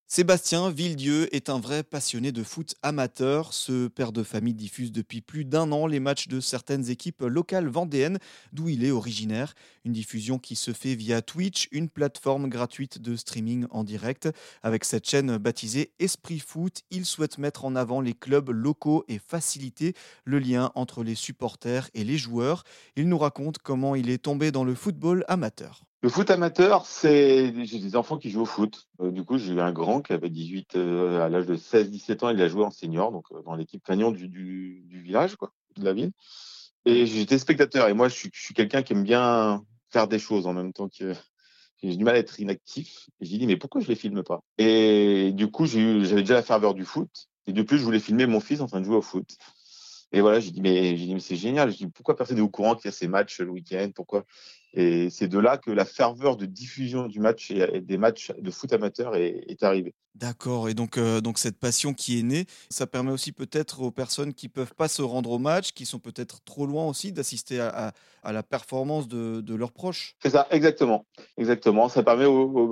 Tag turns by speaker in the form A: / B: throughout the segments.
A: Sébastien Villedieu est un vrai passionné de foot amateur. Ce père de famille diffuse depuis plus d'un an les matchs de certaines équipes locales vendéennes, d'où il est originaire. Une diffusion qui se fait via Twitch, une plateforme gratuite de streaming en direct. Avec cette chaîne baptisée Esprit Foot, il souhaite mettre en avant les clubs locaux et faciliter le lien entre les supporters et les joueurs. Il nous raconte comment il est tombé dans le football amateur.
B: Le foot amateur, j'ai des enfants qui jouent au foot. Du coup, j'ai eu un grand qui avait 18, à l'âge de 16-17 ans, il a joué en senior, donc dans l'équipe fanion du village, quoi, de la ville. Et j'étais spectateur. Et moi, je suis quelqu'un qui aime bien faire des choses en même temps que j'ai du mal à être inactif. Et j'ai dit, mais pourquoi je les filme pas? Et du coup, j'avais déjà la ferveur du foot. Et de plus, je voulais filmer mon fils en train de jouer au foot. Et voilà, j'ai dit, mais c'est génial. J'ai dit, pourquoi personne n'est au courant qu'il y a ces matchs le week-end? Pourquoi? Et c'est de là que la ferveur de diffusion du match et des matchs de foot amateur est arrivée.
A: D'accord, et donc cette passion qui est née, ça permet aussi peut-être aux personnes qui peuvent pas se rendre au match, qui sont peut-être trop loin aussi, d'assister à la performance de leurs proches?
B: C'est ça, exactement. Exactement. Ça permet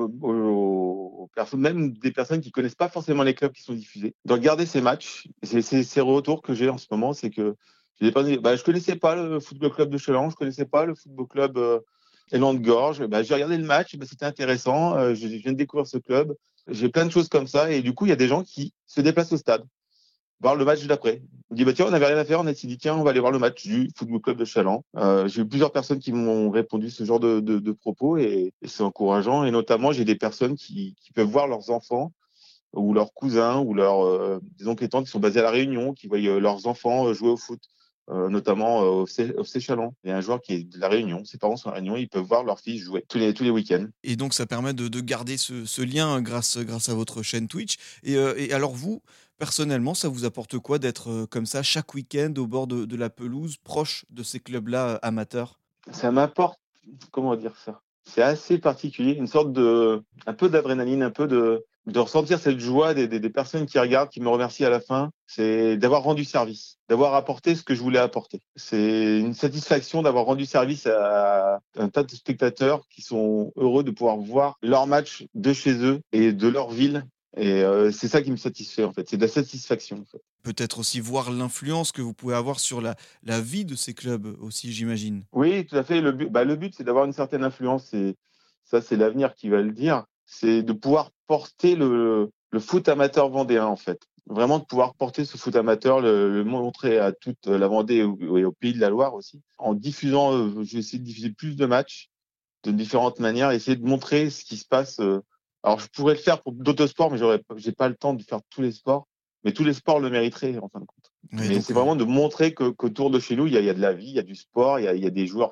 B: aux personnes, même des personnes qui connaissent pas forcément les clubs qui sont diffusés, de regarder ces matchs. Et c'est ces retours que j'ai en ce moment, c'est que j'ai des personnes, je connaissais pas le football club de Chelan, je connaissais pas le football club Élan de Gorge. J'ai regardé le match, c'était intéressant. Je viens de découvrir ce club. J'ai plein de choses comme ça. Et du coup, il y a des gens qui se déplacent au stade voir le match d'après. On dit, bah, tiens, on n'avait rien à faire, on s'est dit, tiens, on va aller voir le match du Football Club de Chaland. J'ai eu plusieurs personnes qui m'ont répondu ce genre de propos et c'est encourageant. Et notamment, j'ai des personnes qui peuvent voir leurs enfants ou leurs cousins ou des oncles et tantes qui sont basés à La Réunion, qui voient leurs enfants jouer au foot. Notamment au FC Chaland. Il y a un joueur qui est de La Réunion, ses parents sont à La Réunion, ils peuvent voir leur fils jouer tous les week-ends.
A: Et donc ça permet de garder ce lien grâce à votre chaîne Twitch. Et alors vous, personnellement, ça vous apporte quoi d'être, comme ça chaque week-end au bord de la pelouse, proche de ces clubs-là, amateurs?
B: Ça m'apporte, comment dire ça? C'est assez particulier, une sorte un peu d'adrénaline, un peu de ressentir cette joie des personnes qui regardent, qui me remercient à la fin. C'est d'avoir rendu service, d'avoir apporté ce que je voulais apporter. C'est une satisfaction d'avoir rendu service à un tas de spectateurs qui sont heureux de pouvoir voir leur match de chez eux et de leur ville. Et c'est ça qui me satisfait, en fait. C'est de la satisfaction, en fait.
A: Peut-être aussi voir l'influence que vous pouvez avoir sur la vie de ces clubs aussi, j'imagine?
B: Oui, tout à fait. Le but, c'est d'avoir une certaine influence. Et ça, c'est l'avenir qui va le dire. C'est de pouvoir porter le foot amateur vendéen, en fait. Vraiment de pouvoir porter ce foot amateur, le montrer à toute la Vendée et au Pays de la Loire aussi. En diffusant, je vais essayer de diffuser plus de matchs de différentes manières, essayer de montrer ce qui se passe. Alors, je pourrais le faire pour d'autres sports, mais j'ai pas le temps de faire tous les sports. Mais tous les sports le mériteraient, en fin de compte.
A: Ouais,
B: Mais c'est
A: donc
B: vraiment de montrer qu'autour de chez nous, il y a de la vie, il y a du sport, il y a des joueurs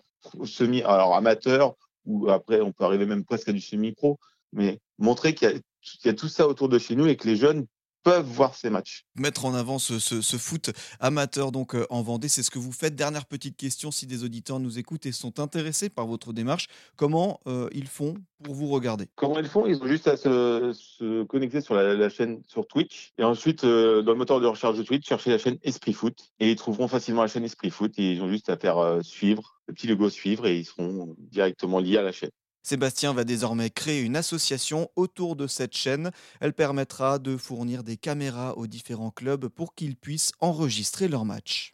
B: alors amateurs, ou après, on peut arriver même presque à du semi-pro, mais montrer qu'il y a tout ça autour de chez nous et que les jeunes peuvent voir ces matchs.
A: mettre en avant ce foot amateur donc en Vendée, c'est ce que vous faites. Dernière petite question, si des auditeurs nous écoutent et sont intéressés par votre démarche, comment, ils font pour vous regarder?
B: Comment ils font? Ils ont juste à se connecter sur la chaîne sur Twitch et ensuite, dans le moteur de recherche de Twitch, chercher la chaîne Esprit Foot et ils trouveront facilement la chaîne Esprit Foot et ils ont juste à faire, suivre, le petit logo suivre et ils seront directement liés à la chaîne.
A: Sébastien va désormais créer une association autour de cette chaîne. Elle permettra de fournir des caméras aux différents clubs pour qu'ils puissent enregistrer leurs matchs.